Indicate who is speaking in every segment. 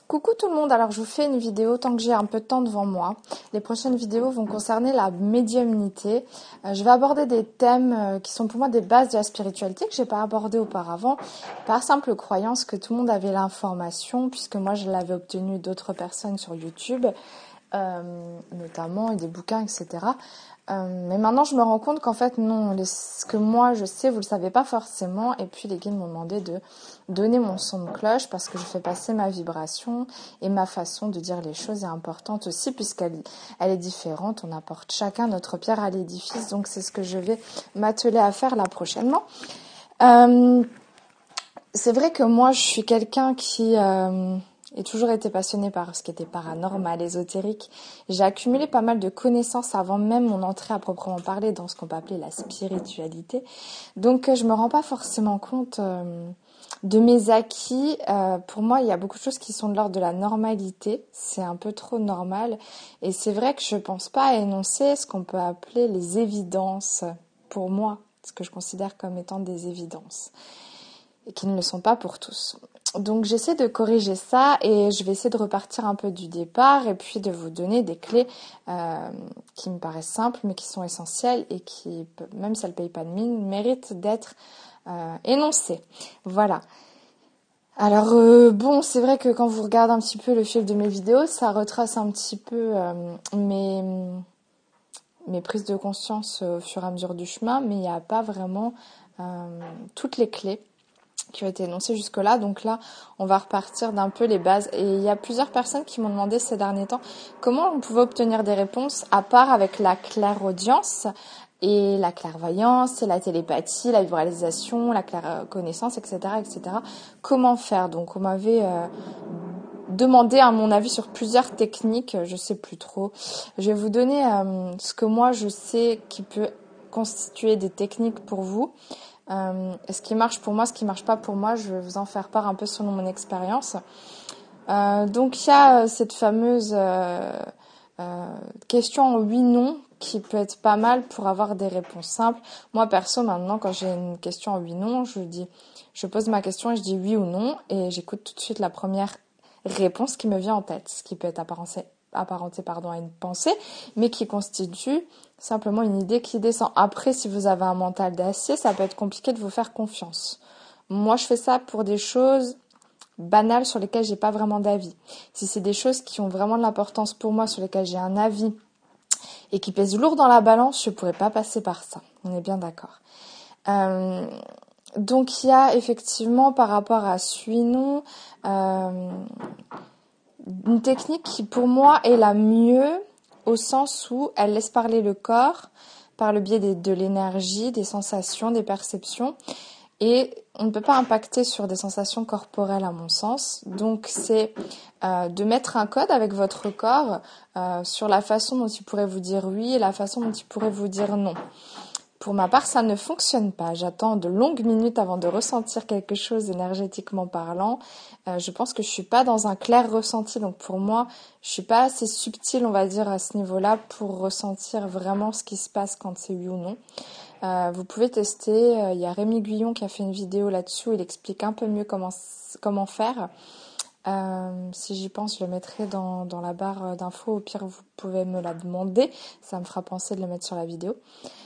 Speaker 1: Coucou tout le monde, alors je vous fais une vidéo tant que j'ai un peu de temps devant moi. Les prochaines vidéos vont concerner la médiumnité. Je vais aborder des thèmes qui sont pour moi des bases de la spiritualité que j'ai pas abordé auparavant. Par simple croyance que tout le monde avait l'information puisque moi je l'avais obtenue d'autres personnes sur YouTube, notamment et des bouquins, etc. Mais maintenant je me rends compte qu'en fait non, ce que moi je sais, vous le savez pas forcément. Et puis les guides m'ont demandé de donner mon son de cloche parce que je fais passer ma vibration et ma façon de dire les choses est importante aussi puisqu'elle est différente. On apporte chacun notre pierre à l'édifice, donc c'est ce que je vais m'atteler à faire là prochainement. C'est vrai que moi je suis quelqu'un qui j'ai toujours été passionnée par ce qui était paranormal, ésotérique. J'ai accumulé pas mal de connaissances avant même mon entrée à proprement parler dans ce qu'on peut appeler la spiritualité. Donc je me rends pas forcément compte de mes acquis. Pour moi, il y a beaucoup de choses qui sont de l'ordre de la normalité. C'est un peu trop normal. Et c'est vrai que je pense pas à énoncer ce qu'on peut appeler les évidences. Pour moi, ce que je considère comme étant des évidences. Et qui ne le sont pas pour tous. Donc j'essaie de corriger ça et je vais essayer de repartir un peu du départ et puis de vous donner des clés qui me paraissent simples mais qui sont essentielles et qui, même si elles ne payent pas de mine, méritent d'être énoncées. Voilà. Alors bon, c'est vrai que quand vous regardez un petit peu le fil de mes vidéos, ça retrace un petit peu mes prises de conscience au fur et à mesure du chemin, mais il n'y a pas vraiment toutes les clés qui ont été énoncées jusque-là. Donc là, on va repartir d'un peu les bases. Et il y a plusieurs personnes qui m'ont demandé ces derniers temps comment on pouvait obtenir des réponses à part avec la clairaudience et la clairvoyance, et la télépathie, la visualisation, la clairconnaissance, etc., etc. Comment faire? Donc on m'avait demandé à mon avis sur plusieurs techniques, je sais plus trop. Je vais vous donner ce que moi je sais qui peut constituer des techniques pour vous. Ce qui marche pour moi, ce qui marche pas pour moi, je vais vous en faire part un peu selon mon expérience. Donc il y a cette fameuse question en oui/non qui peut être pas mal pour avoir des réponses simples. Moi perso maintenant quand j'ai une question en oui/non, je pose ma question et je dis oui ou non et j'écoute tout de suite la première réponse qui me vient en tête, ce qui peut être apparenté à une pensée, mais qui constitue simplement une idée qui descend. Après, si vous avez un mental d'acier, ça peut être compliqué de vous faire confiance. Moi, je fais ça pour des choses banales sur lesquelles j'ai pas vraiment d'avis. Si c'est des choses qui ont vraiment de l'importance pour moi, sur lesquelles j'ai un avis et qui pèsent lourd dans la balance, je pourrais pas passer par ça. On est bien d'accord. Donc il y a effectivement par rapport à Suinon une technique qui pour moi est la mieux au sens où elle laisse parler le corps par le biais de l'énergie, des sensations, des perceptions. Et on ne peut pas impacter sur des sensations corporelles à mon sens. Donc c'est de mettre un code avec votre corps sur la façon dont il pourrait vous dire oui et la façon dont il pourrait vous dire non. Pour ma part, ça ne fonctionne pas. J'attends de longues minutes avant de ressentir quelque chose énergétiquement parlant. Je pense que je suis pas dans un clair ressenti. Donc pour moi, je suis pas assez subtile, on va dire, à ce niveau-là pour ressentir vraiment ce qui se passe quand c'est oui ou non. Vous pouvez tester. Il y a Rémi Guyon qui a fait une vidéo là-dessus. Il explique un peu mieux comment faire. Si j'y pense, je le mettrai dans la barre d'infos. Au pire, vous pouvez me la demander. Ça me fera penser de le mettre sur la vidéo.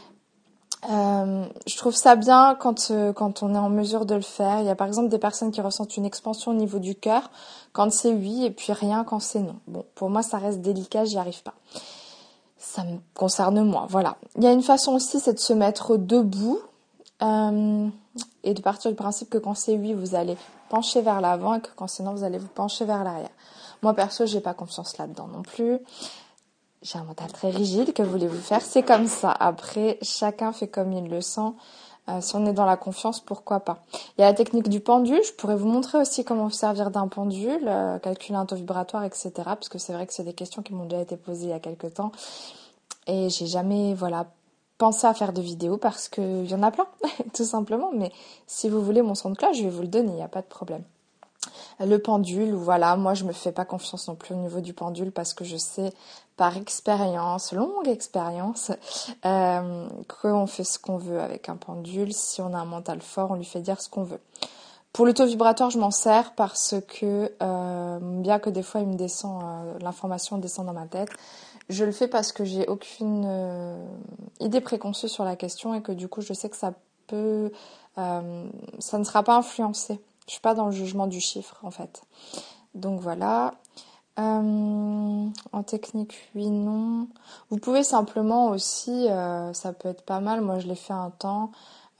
Speaker 1: Je trouve ça bien quand on est en mesure de le faire. Il y a par exemple des personnes qui ressentent une expansion au niveau du cœur quand c'est oui et puis rien quand c'est non. Bon, pour moi ça reste délicat, j'y arrive pas. Ça me concerne moi, voilà. Il y a une façon aussi, c'est de se mettre debout et de partir du principe que quand c'est oui, vous allez pencher vers l'avant et que quand c'est non, vous allez vous pencher vers l'arrière. Moi perso, j'ai pas confiance là-dedans non plus. J'ai un mental très rigide, que voulez-vous faire? C'est comme ça. Après, chacun fait comme il le sent. Si on est dans la confiance, pourquoi pas? Il y a la technique du pendule. Je pourrais vous montrer aussi comment vous servir d'un pendule, calculer un taux vibratoire, etc. Parce que c'est vrai que c'est des questions qui m'ont déjà été posées il y a quelques temps. Et j'ai jamais, pensé à faire de vidéos parce qu'il y en a plein, tout simplement. Mais si vous voulez mon son de cloche, je vais vous le donner, il n'y a pas de problème. Le pendule, voilà, moi je me fais pas confiance non plus au niveau du pendule parce que je sais par expérience, longue expérience, qu'on fait ce qu'on veut avec un pendule. Si on a un mental fort, on lui fait dire ce qu'on veut. Pour le taux vibratoire, je m'en sers parce que, bien que des fois il me descend, l'information descend dans ma tête, je le fais parce que j'ai aucune idée préconçue sur la question et que du coup je sais que peut, ça ne sera pas influencé. Je suis pas dans le jugement du chiffre en fait. Donc voilà. En technique, oui, non. Vous pouvez simplement aussi, ça peut être pas mal, moi je l'ai fait un temps,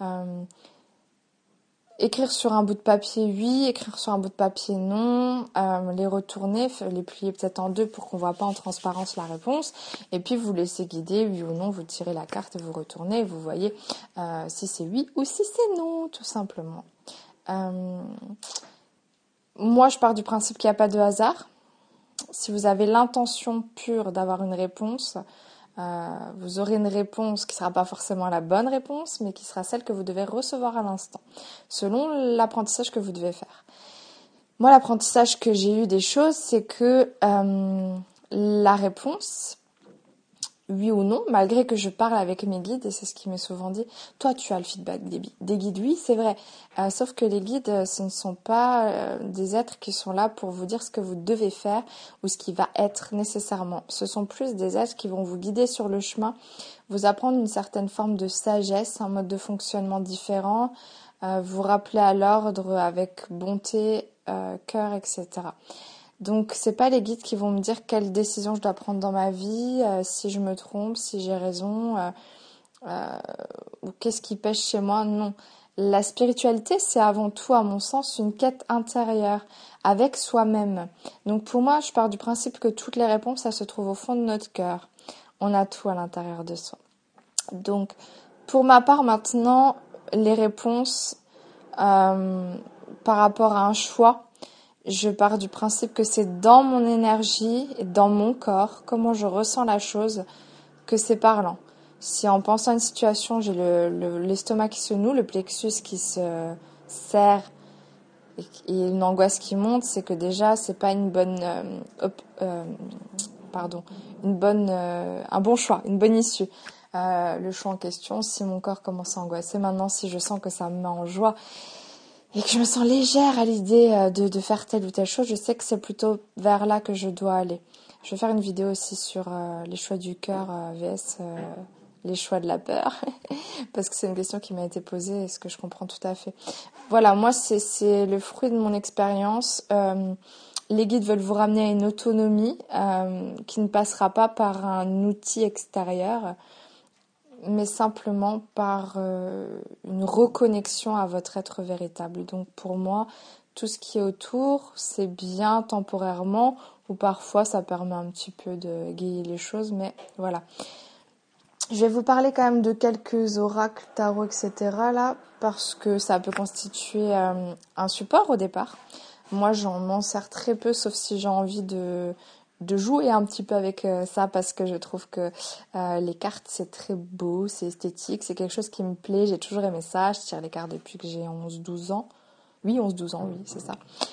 Speaker 1: écrire sur un bout de papier oui, écrire sur un bout de papier non, les retourner, les plier peut-être en deux pour qu'on voit pas en transparence la réponse, et puis vous laissez guider oui ou non, vous tirez la carte et vous retournez, et vous voyez si c'est oui ou si c'est non, tout simplement. Moi je pars du principe qu'il n'y a pas de hasard. Si vous avez l'intention pure d'avoir une réponse, vous aurez une réponse qui ne sera pas forcément la bonne réponse, mais qui sera celle que vous devez recevoir à l'instant, selon l'apprentissage que vous devez faire. Moi, l'apprentissage que j'ai eu des choses, c'est que la réponse, oui ou non, malgré que je parle avec mes guides, et c'est ce qui m'est souvent dit, toi tu as le feedback des guides, oui c'est vrai, sauf que les guides ce ne sont pas des êtres qui sont là pour vous dire ce que vous devez faire ou ce qui va être nécessairement. Ce sont plus des êtres qui vont vous guider sur le chemin, vous apprendre une certaine forme de sagesse, un mode de fonctionnement différent, vous rappeler à l'ordre avec bonté, cœur, etc. Donc c'est pas les guides qui vont me dire quelle décision je dois prendre dans ma vie, si je me trompe, si j'ai raison, ou qu'est-ce qui pêche chez moi. Non. La spiritualité, c'est avant tout, à mon sens, une quête intérieure avec soi-même. Donc pour moi, je pars du principe que toutes les réponses, elles se trouvent au fond de notre cœur. On a tout à l'intérieur de soi. Donc pour ma part maintenant, les réponses par rapport à un choix, je pars du principe que c'est dans mon énergie et dans mon corps, comment je ressens la chose, que c'est parlant. Si en pensant à une situation, j'ai l'estomac qui se noue, le plexus qui se serre et une angoisse qui monte, c'est que déjà c'est pas une bonne, un bon choix, une bonne issue. Le choix en question, si mon corps commence à angoisser, maintenant si je sens que ça me met en joie et que je me sens légère à l'idée de faire telle ou telle chose, je sais que c'est plutôt vers là que je dois aller. Je vais faire une vidéo aussi sur les choix du cœur vs les choix de la peur, parce que c'est une question qui m'a été posée et ce que je comprends tout à fait. Voilà, moi c'est le fruit de mon expérience. Les guides veulent vous ramener à une autonomie qui ne passera pas par un outil extérieur, mais simplement par une reconnexion à votre être véritable. Donc pour moi, tout ce qui est autour, c'est bien temporairement, ou parfois ça permet un petit peu de égayer les choses, mais voilà. Je vais vous parler quand même de quelques oracles, tarot, etc. là, parce que ça peut constituer un support au départ. Moi, j'en m'en sers très peu, sauf si j'ai envie de jouer un petit peu avec ça, parce que je trouve que les cartes, c'est très beau, c'est esthétique, c'est quelque chose qui me plaît. J'ai toujours aimé ça. Je tire les cartes depuis que j'ai 11-12 ans. Oui, 11-12 ans, oui, c'est ça.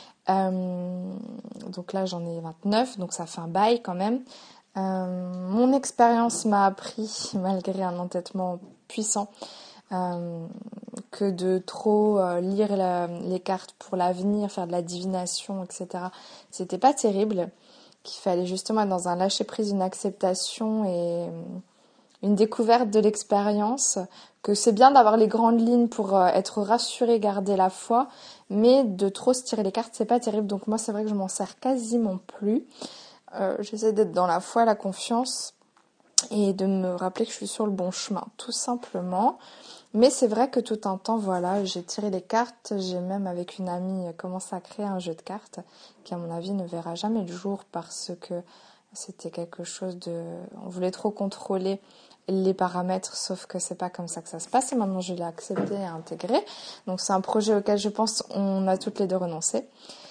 Speaker 1: Donc là, j'en ai 29, donc ça fait un bail quand même. Mon expérience m'a appris, malgré un entêtement puissant, que de trop lire les cartes pour l'avenir, faire de la divination, etc. C'était pas terrible, qu'il fallait justement être dans un lâcher-prise, une acceptation et une découverte de l'expérience, que c'est bien d'avoir les grandes lignes pour être rassuré, garder la foi, mais de trop se tirer les cartes, c'est pas terrible. Donc moi, c'est vrai que je m'en sers quasiment plus. J'essaie d'être dans la foi, la confiance et de me rappeler que je suis sur le bon chemin, tout simplement. Mais c'est vrai que tout un temps, voilà, j'ai tiré les cartes. J'ai même avec une amie commencé à créer un jeu de cartes qui, à mon avis, ne verra jamais le jour parce que c'était quelque chose de... On voulait trop contrôler les paramètres, sauf que c'est pas comme ça que ça se passe. Et maintenant, je l'ai accepté et intégré. Donc, c'est un projet auquel je pense on a toutes les deux renoncé.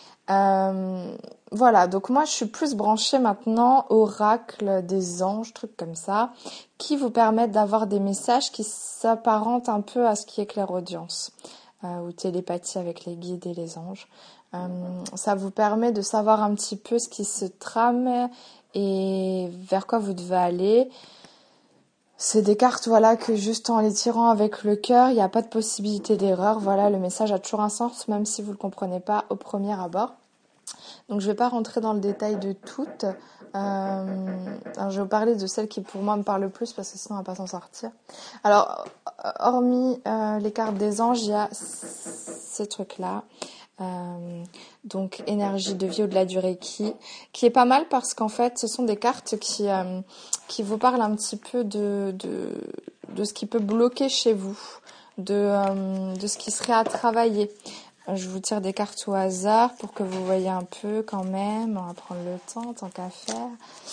Speaker 1: Voilà, donc moi je suis plus branchée maintenant oracle des anges, trucs comme ça, qui vous permettent d'avoir des messages qui s'apparentent un peu à ce qui est clairaudience ou télépathie avec les guides et les anges. Ça vous permet de savoir un petit peu ce qui se trame et vers quoi vous devez aller. C'est des cartes, voilà, que juste en les tirant avec le cœur, il n'y a pas de possibilité d'erreur. Voilà, le message a toujours un sens, même si vous ne le comprenez pas au premier abord. Donc je ne vais pas rentrer dans le détail de toutes. Alors, je vais vous parler de celle qui pour moi me parle le plus parce que sinon on va pas s'en sortir. Alors, hormis les cartes des anges, il y a ces trucs-là. Donc énergie de vie au-delà du Reiki, qui est pas mal parce qu'en fait ce sont des cartes qui vous parlent un petit peu de ce qui peut bloquer chez vous, de ce qui serait à travailler. Je vous tire des cartes au hasard pour que vous voyez un peu quand même. On va prendre le temps, tant qu'à faire.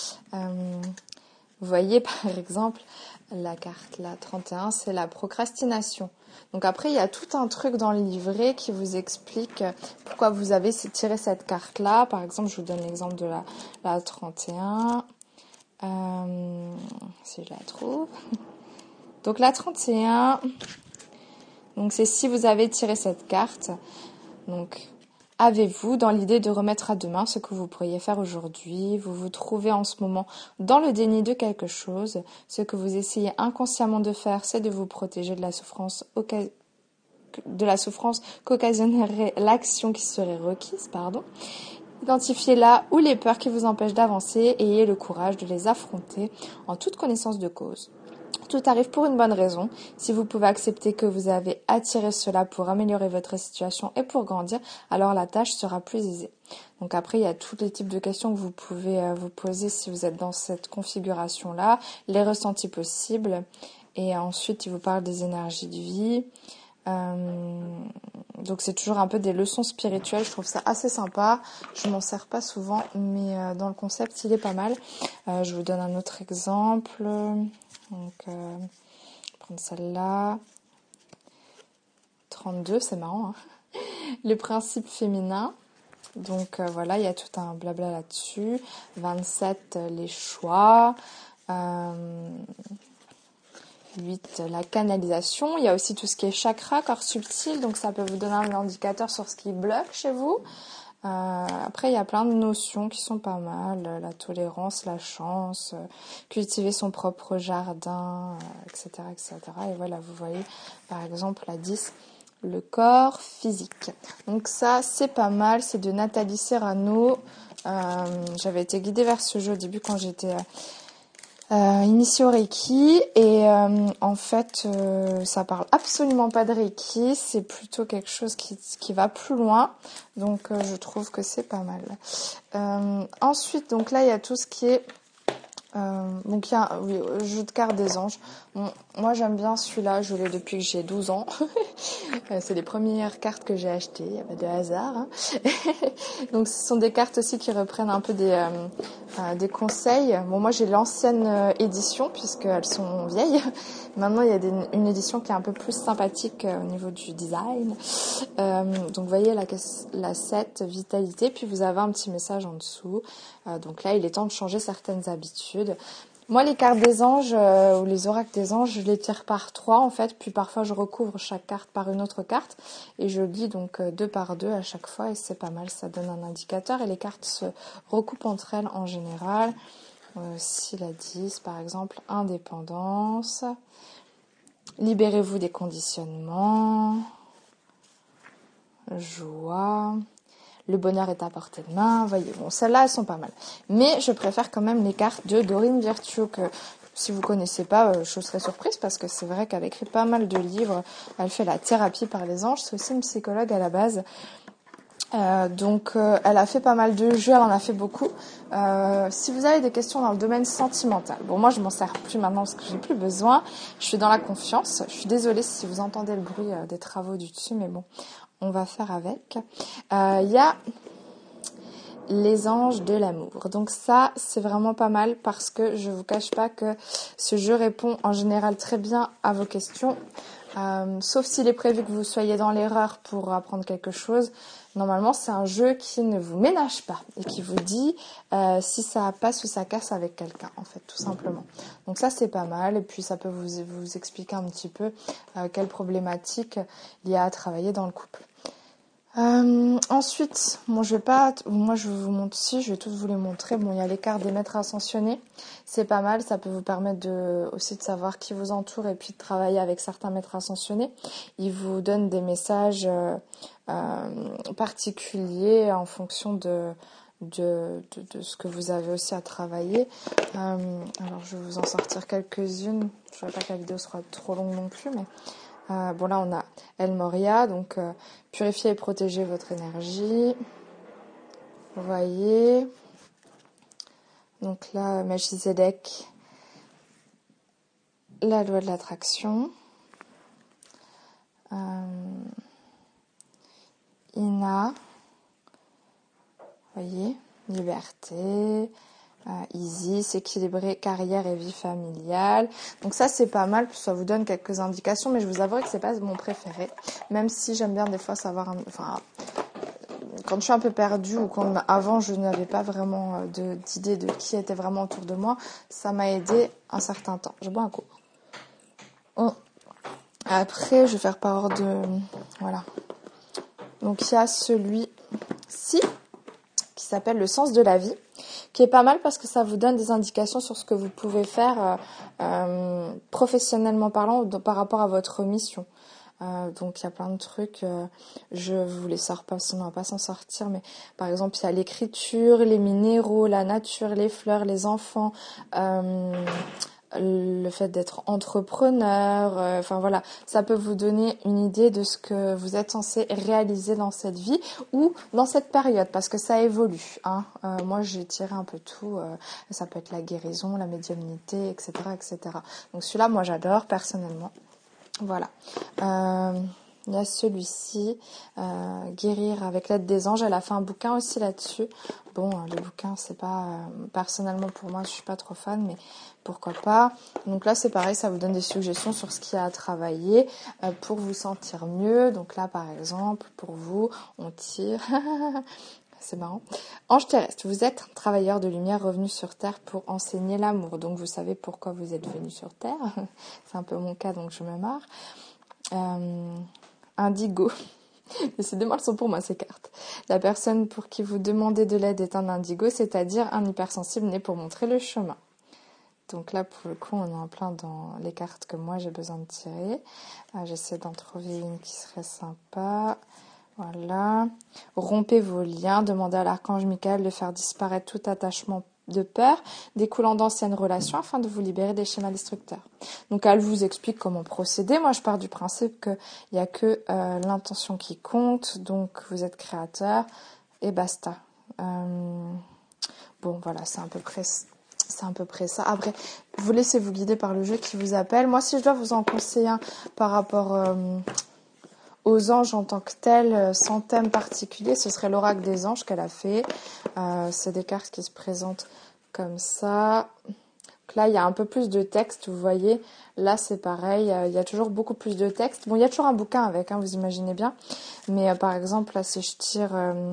Speaker 1: Vous voyez par exemple la carte là 31, c'est la procrastination. Donc après il y a tout un truc dans le livret qui vous explique pourquoi vous avez tiré cette carte là. Par exemple, je vous donne l'exemple de la 31. Si je la trouve. Donc la 31, donc c'est si vous avez tiré cette carte. Donc avez-vous dans l'idée de remettre à demain ce que vous pourriez faire aujourd'hui? Vous vous trouvez en ce moment dans le déni de quelque chose. Ce que vous essayez inconsciemment de faire, c'est de vous protéger de la souffrance qu'occasionnerait l'action qui serait requise. Identifiez là où les peurs qui vous empêchent d'avancer et ayez le courage de les affronter en toute connaissance de cause. Tout arrive pour une bonne raison. Si vous pouvez accepter que vous avez attiré cela pour améliorer votre situation et pour grandir, alors la tâche sera plus aisée. Donc après, il y a tous les types de questions que vous pouvez vous poser si vous êtes dans cette configuration-là, les ressentis possibles. Et ensuite, il vous parle des énergies de vie. Donc c'est toujours un peu des leçons spirituelles. Je trouve ça assez sympa. Je m'en sers pas souvent, mais dans le concept, il est pas mal. Je vous donne un autre exemple. Donc, je vais prendre celle-là. 32, c'est marrant, hein. Les principes féminins. Donc, voilà, il y a tout un blabla là-dessus. 27, les choix. 8, la canalisation. Il y a aussi tout ce qui est chakra, corps subtil. Donc, ça peut vous donner un indicateur sur ce qui bloque chez vous. Après, il y a plein de notions qui sont pas mal. La tolérance, la chance, cultiver son propre jardin, etc., etc. Et voilà, vous voyez, par exemple, la 10, le corps physique. Donc ça, c'est pas mal. C'est de Nathalie Serrano. J'avais été guidée vers ce jeu au début quand j'étais initiée au Reiki et en fait ça parle absolument pas de Reiki, c'est plutôt quelque chose qui va plus loin, donc je trouve que c'est pas mal. Ensuite, donc là il y a tout ce qui est donc il y a jeu de cartes des anges. Bon, moi j'aime bien celui-là, je l'ai depuis que j'ai 12 ans. C'est les premières cartes que j'ai achetées, il n'y a pas de hasard, hein. Donc ce sont des cartes aussi qui reprennent un peu des conseils. Bon, moi j'ai l'ancienne édition puisqu'elles sont vieilles. Maintenant il y a une édition qui est un peu plus sympathique au niveau du design. Donc vous voyez la 7, vitalité, puis vous avez un petit message en dessous. Donc là il est temps de changer certaines habitudes. Moi, les cartes des anges ou les oracles des anges, je les tire par 3 en fait, puis parfois je recouvre chaque carte par une autre carte et je lis donc 2 par 2 à chaque fois et c'est pas mal, ça donne un indicateur et les cartes se recoupent entre elles en général. Si la 10 par exemple, indépendance, libérez-vous des conditionnements, joie, le bonheur est à portée de main. Voyez, bon, celles-là, elles sont pas mal. Mais je préfère quand même les cartes de Dorine Virtue que si vous connaissez pas, je serais surprise parce que c'est vrai qu'elle écrit pas mal de livres. Elle fait la thérapie par les anges. C'est aussi une psychologue à la base. Donc elle a fait pas mal de jeux, elle en a fait beaucoup. Si vous avez des questions dans le domaine sentimental, bon moi je m'en sers plus maintenant parce que j'ai plus besoin. Je suis dans la confiance. Je suis désolée si vous entendez le bruit des travaux du dessus, mais bon, on va faire avec. Il y a les anges de l'amour. Donc ça, c'est vraiment pas mal parce que je vous cache pas que ce jeu répond en général très bien à vos questions. Sauf s'il est prévu que vous soyez dans l'erreur pour apprendre quelque chose. Normalement, c'est un jeu qui ne vous ménage pas et qui vous dit si ça passe ou ça casse avec quelqu'un, en fait, tout simplement. Donc ça, c'est pas mal. Et puis, ça peut vous expliquer un petit peu quelles problématiques il y a à travailler dans le couple. Ensuite, bon, je vais pas, moi je vous montre je vais tous vous les montrer. Bon, il y a les cartes des maîtres ascensionnés, c'est pas mal, ça peut vous permettre aussi de savoir qui vous entoure et puis de travailler avec certains maîtres ascensionnés. Ils vous donnent des messages particuliers en fonction de ce que vous avez aussi à travailler. Alors je vais vous en sortir quelques-unes. Je ne voudrais pas que la vidéo soit trop longue non plus, mais bon là on a El Moria, donc purifier et protéger votre énergie. Vous voyez. Donc là, Melchizedek, la loi de l'attraction. Ina, vous voyez, liberté. Isis, équilibré, carrière et vie familiale. Donc ça c'est pas mal, ça vous donne quelques indications, mais je vous avoue que c'est pas mon préféré. Même si j'aime bien des fois savoir, quand je suis un peu perdue ou quand avant je n'avais pas vraiment d'idée de qui était vraiment autour de moi, ça m'a aidé un certain temps. Je bois un coup. Après, je vais faire par ordre de... Voilà. Donc il y a celui-ci qui s'appelle le sens de la vie, qui est pas mal parce que ça vous donne des indications sur ce que vous pouvez faire professionnellement parlant par rapport à votre mission. Donc il y a plein de trucs, je vous les sors pas, sinon on va pas s'en sortir, mais par exemple il y a l'écriture, les minéraux, la nature, les fleurs, les enfants, le fait d'être entrepreneur, enfin voilà, ça peut vous donner une idée de ce que vous êtes censé réaliser dans cette vie ou dans cette période, parce que ça évolue. Moi j'ai tiré un peu tout, ça peut être la guérison, la médiumnité, etc., etc. Donc celui-là, moi j'adore personnellement. Voilà. Il y a celui-ci, Guérir avec l'aide des anges. Elle a fait un bouquin aussi là-dessus. Bon, les bouquins, c'est pas... personnellement, pour moi, je suis pas trop fan, mais pourquoi pas. Donc là, c'est pareil, ça vous donne des suggestions sur ce qu'il y a à travailler pour vous sentir mieux. Donc là, par exemple, pour vous, on tire... C'est marrant. Ange terrestre, vous êtes un travailleur de lumière revenu sur Terre pour enseigner l'amour. Donc vous savez pourquoi vous êtes venu sur Terre. C'est un peu mon cas, donc je me marre. Indigo. Décidément, elles sont pour moi ces cartes. La personne pour qui vous demandez de l'aide est un indigo, c'est-à-dire un hypersensible né pour montrer le chemin. Donc là, pour le coup, on est en plein dans les cartes que moi j'ai besoin de tirer. J'essaie d'en trouver une qui serait sympa. Voilà. Rompez vos liens. Demandez à l'archange Michael de faire disparaître tout attachement de peur découlant d'anciennes relations afin de vous libérer des schémas destructeurs. Donc elle vous explique comment procéder. Moi, je pars du principe qu'il n'y a que l'intention qui compte. Donc vous êtes créateur et basta. Bon, voilà, c'est à peu près ça. Après, vous laissez vous guider par le jeu qui vous appelle. Moi, si je dois vous en conseiller un par rapport aux anges en tant que tels, sans thème particulier, ce serait l'oracle des anges qu'elle a fait. C'est des cartes qui se présentent comme ça. Donc là, il y a un peu plus de texte, vous voyez. Là, c'est pareil, il y a toujours beaucoup plus de texte. Bon, il y a toujours un bouquin avec, vous imaginez bien. Mais par exemple, là, si je tire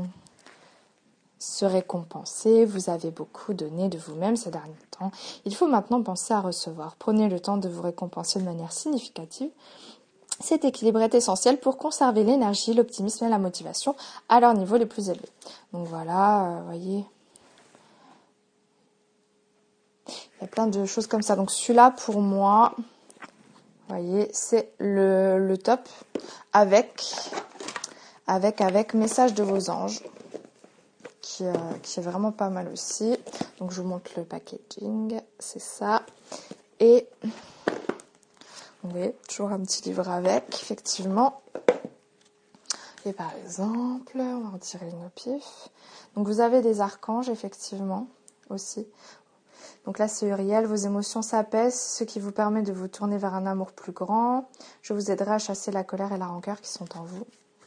Speaker 1: se récompenser, vous avez beaucoup donné de vous-même ces derniers temps. Il faut maintenant penser à recevoir. Prenez le temps de vous récompenser de manière significative. Cet équilibre est essentiel pour conserver l'énergie, l'optimisme et la motivation à leur niveau les plus élevés. Donc voilà, vous voyez, il y a plein de choses comme ça. Donc celui-là, pour moi, vous voyez, c'est le top avec message de vos anges, qui est vraiment pas mal aussi. Donc je vous montre le packaging, c'est ça. Et vous voyez, toujours un petit livre avec, effectivement. Et par exemple, on va en tirer une au pif. Donc vous avez des archanges, effectivement, aussi. Donc là, c'est Uriel. Vos émotions s'apaisent, ce qui vous permet de vous tourner vers un amour plus grand. Je vous aiderai à chasser la colère et la rancœur qui sont en vous.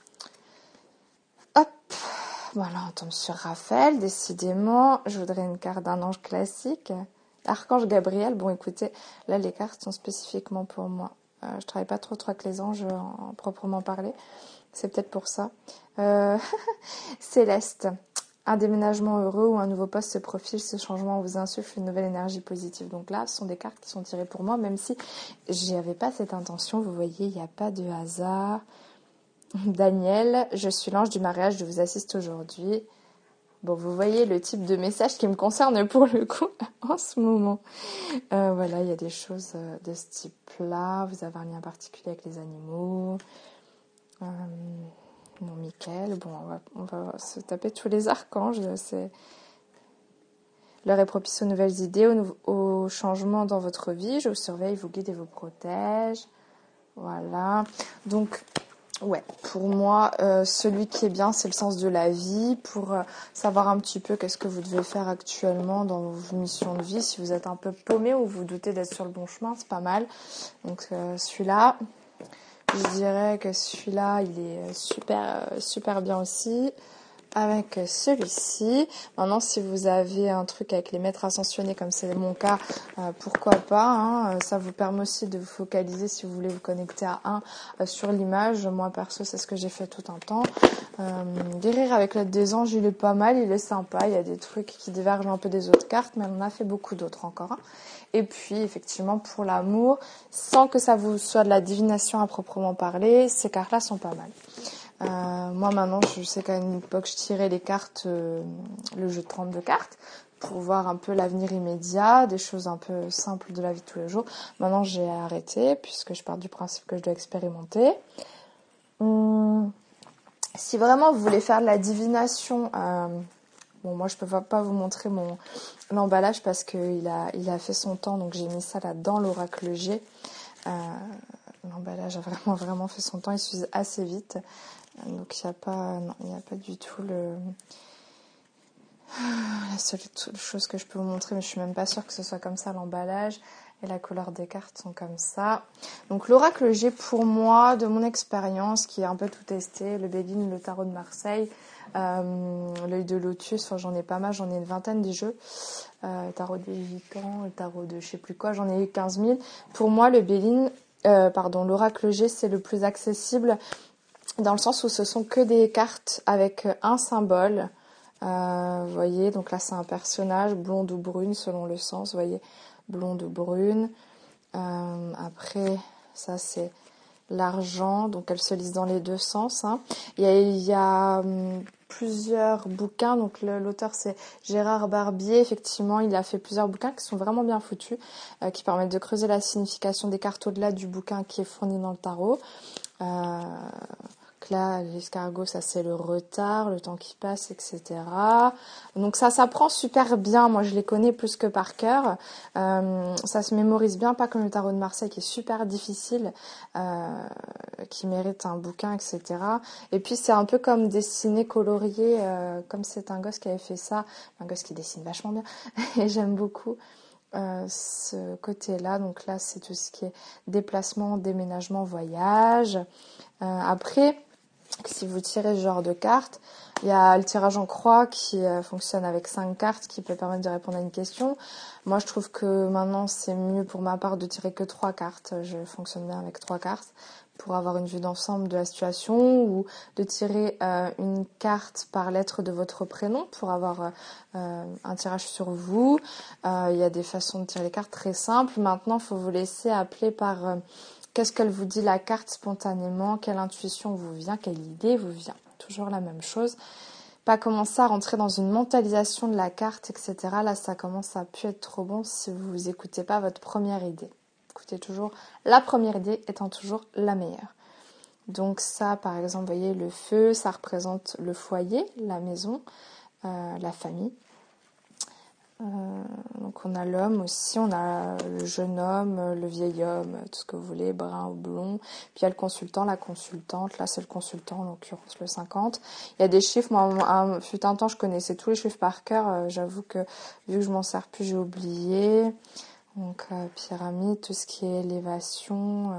Speaker 1: Hop, voilà, on tombe sur Raphaël, décidément. Je voudrais une carte d'un ange classique. Archange Gabriel. Bon, écoutez, là, les cartes sont spécifiquement pour moi. Je travaille pas trop avec les anges, en proprement parler. C'est peut-être pour ça. Céleste. Un déménagement heureux ou un nouveau poste se profile. Ce changement vous insuffle une nouvelle énergie positive. Donc là, ce sont des cartes qui sont tirées pour moi, même si j'y avais pas cette intention. Vous voyez, il n'y a pas de hasard. Daniel, je suis l'ange du mariage, je vous assiste aujourd'hui. Bon, vous voyez le type de message qui me concerne pour le coup en ce moment. Voilà, il y a des choses de ce type-là. Vous avez un lien particulier avec les animaux. Bon, Michael, bon, on va se taper tous les archanges. L'heure est propice aux nouvelles idées, aux changements dans votre vie. Je vous surveille, vous guide et vous protège. Voilà. Donc, ouais, pour moi, celui qui est bien, c'est le sens de la vie. Pour savoir un petit peu qu'est-ce que vous devez faire actuellement dans vos missions de vie. Si vous êtes un peu paumé ou vous doutez d'être sur le bon chemin, c'est pas mal. Donc, celui-là, je dirais que celui-là, il est super bien aussi. Avec celui-ci. Maintenant, si vous avez un truc avec les maîtres ascensionnés, comme c'est mon cas, pourquoi pas. Hein, ça vous permet aussi de vous focaliser si vous voulez vous connecter à sur l'image. Moi, perso, c'est ce que j'ai fait tout un temps. Guérir avec l'aide des anges, il est pas mal, il est sympa. Il y a des trucs qui divergent un peu des autres cartes, mais on en a fait beaucoup d'autres encore. Hein. Et puis, effectivement, pour l'amour, sans que ça vous soit de la divination à proprement parler, ces cartes-là sont pas mal. Moi maintenant je sais qu'à une époque je tirais les cartes, le jeu de 32 cartes pour voir un peu l'avenir immédiat, des choses un peu simples de la vie de tous les jours. Maintenant j'ai arrêté puisque je pars du principe que je dois expérimenter. Si vraiment vous voulez faire de la divination, bon moi je peux pas vous montrer l'emballage parce qu'il a fait son temps, donc j'ai mis ça là dans l'oracle G. L'emballage a vraiment fait son temps, il s'use assez vite. Donc il n'y a pas du tout la seule chose que je peux vous montrer, mais je suis même pas sûre que ce soit comme ça l'emballage. Et la couleur des cartes sont comme ça. Donc l'oracle G pour moi, de mon expérience, qui est un peu tout testé, le Béguine, le tarot de Marseille, l'œil de lotus, enfin j'en ai pas mal, j'en ai une vingtaine des jeux. Tarot des gitans, le tarot de je sais plus quoi, j'en ai eu 15 000. Pour moi le Béguine, l'oracle G c'est le plus accessible dans le sens où ce sont que des cartes avec un symbole. Vous voyez, donc là c'est un personnage, blonde ou brune selon le sens, vous voyez, blonde ou brune. Après, ça c'est l'argent, donc elle se lise dans les deux sens. Hein. Il y a plusieurs bouquins, donc l'auteur c'est Gérard Barbier, effectivement il a fait plusieurs bouquins qui sont vraiment bien foutus, qui permettent de creuser la signification des cartes au-delà du bouquin qui est fourni dans le tarot. Là, l'escargot, ça c'est le retard, le temps qui passe, etc. Donc ça s'apprend super bien. Moi, je les connais plus que par cœur. Ça se mémorise bien, pas comme le tarot de Marseille qui est super difficile, qui mérite un bouquin, etc. Et puis c'est un peu comme dessiner, colorier, comme c'est un gosse qui avait fait ça, un gosse qui dessine vachement bien, et j'aime beaucoup. Ce côté-là, donc là c'est tout ce qui est déplacement, déménagement, voyage. Après, si vous tirez ce genre de cartes, il y a le tirage en croix qui fonctionne avec 5 cartes qui peut permettre de répondre à une question. Moi, je trouve que maintenant, c'est mieux pour ma part de tirer que 3 cartes. Je fonctionne bien avec 3 cartes pour avoir une vue d'ensemble de la situation ou de tirer une carte par lettre de votre prénom pour avoir un tirage sur vous. Il y a des façons de tirer les cartes très simples. Maintenant, il faut vous laisser appeler par... qu'est-ce qu'elle vous dit la carte spontanément? Quelle intuition vous vient? Quelle idée vous vient? Toujours la même chose. Pas commencer à rentrer dans une mentalisation de la carte, etc. Là, ça commence à plus être trop bon si vous écoutez pas votre première idée. Écoutez toujours la première idée étant toujours la meilleure. Donc ça, par exemple, vous voyez, le feu, ça représente le foyer, la maison, la famille. Donc on a l'homme aussi, on a le jeune homme, le vieil homme, tout ce que vous voulez, brun ou blond. Puis il y a le consultant, la consultante. Là c'est le consultant, en l'occurrence le 50. Il y a des chiffres, moi fut un temps je connaissais tous les chiffres par cœur. J'avoue que vu que je m'en sers plus, j'ai oublié. Donc pyramide, tout ce qui est élévation.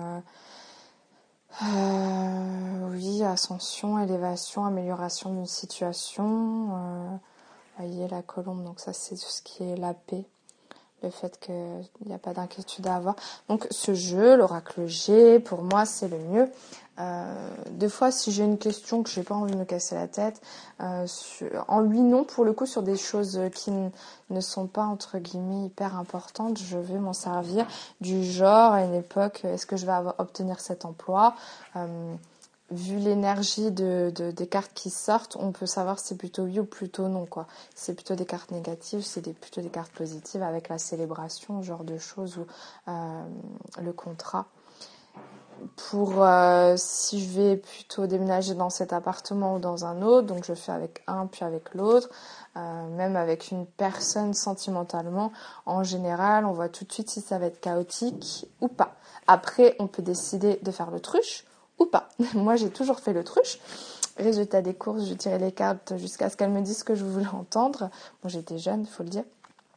Speaker 1: Oui, ascension, élévation, amélioration d'une situation. Vous voyez la colombe, donc ça c'est tout ce qui est la paix. Le fait qu'il n'y a pas d'inquiétude à avoir. Donc ce jeu, l'oracle G, pour moi c'est le mieux. Des fois si j'ai une question que j'ai pas envie de me casser la tête, en oui non pour le coup sur des choses qui ne sont pas entre guillemets hyper importantes, je vais m'en servir du genre à une époque, est-ce que je vais obtenir cet emploi vu l'énergie des cartes qui sortent, on peut savoir si c'est plutôt oui ou plutôt non, quoi. Si c'est plutôt des cartes négatives, c'est plutôt des cartes positives avec la célébration, ce genre de choses, ou le contrat. Pour si je vais plutôt déménager dans cet appartement ou dans un autre, donc je fais avec un puis avec l'autre, même avec une personne sentimentalement, en général, on voit tout de suite si ça va être chaotique ou pas. Après, on peut décider de faire l'autruche ou pas. Moi, j'ai toujours fait l'autruche. Résultat des courses, je tirais les cartes jusqu'à ce qu'elles me disent ce que je voulais entendre. Bon, j'étais jeune, il faut le dire.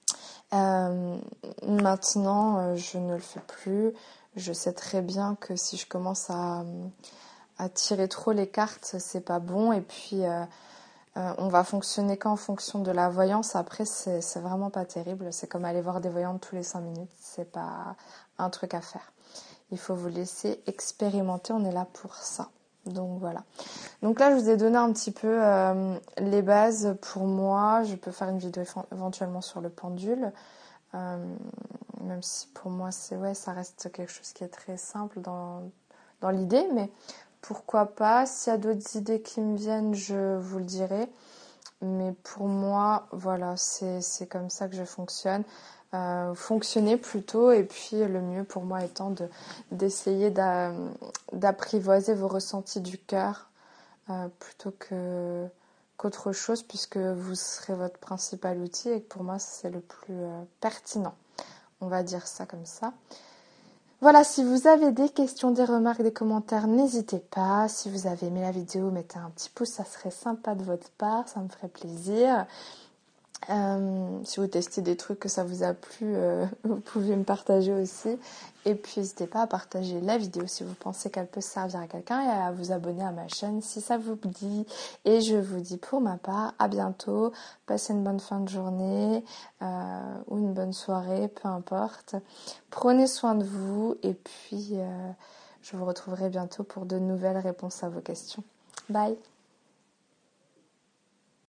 Speaker 1: Maintenant, je ne le fais plus. Je sais très bien que si je commence à tirer trop les cartes, c'est pas bon. Et puis, on va fonctionner qu'en fonction de la voyance. Après, c'est vraiment pas terrible. C'est comme aller voir des voyantes tous les 5 minutes. C'est pas un truc à faire. Il faut vous laisser expérimenter. On est là pour ça. Donc voilà. Donc là, je vous ai donné un petit peu les bases pour moi. Je peux faire une vidéo éventuellement sur le pendule. Même si pour moi, ça reste quelque chose qui est très simple dans l'idée. Mais pourquoi pas. S'il y a d'autres idées qui me viennent, je vous le dirai. Mais pour moi, voilà, c'est comme ça que je fonctionne. Fonctionner plutôt, et puis le mieux pour moi étant d'essayer d'apprivoiser vos ressentis du cœur plutôt qu'autre chose, puisque vous serez votre principal outil et que pour moi c'est le plus pertinent. On va dire ça comme ça. Voilà, si vous avez des questions, des remarques, des commentaires, n'hésitez pas. Si vous avez aimé la vidéo, mettez un petit pouce, ça serait sympa de votre part, ça me ferait plaisir. Si vous testez des trucs que ça vous a plu, vous pouvez me partager aussi. Et puis n'hésitez pas à partager la vidéo si vous pensez qu'elle peut servir à quelqu'un, et à vous abonner à ma chaîne si ça vous dit. Et je vous dis pour ma part à bientôt. Passez une bonne fin de journée ou une bonne soirée, peu importe. Prenez soin de vous, et puis je vous retrouverai bientôt pour de nouvelles réponses à vos questions. Bye!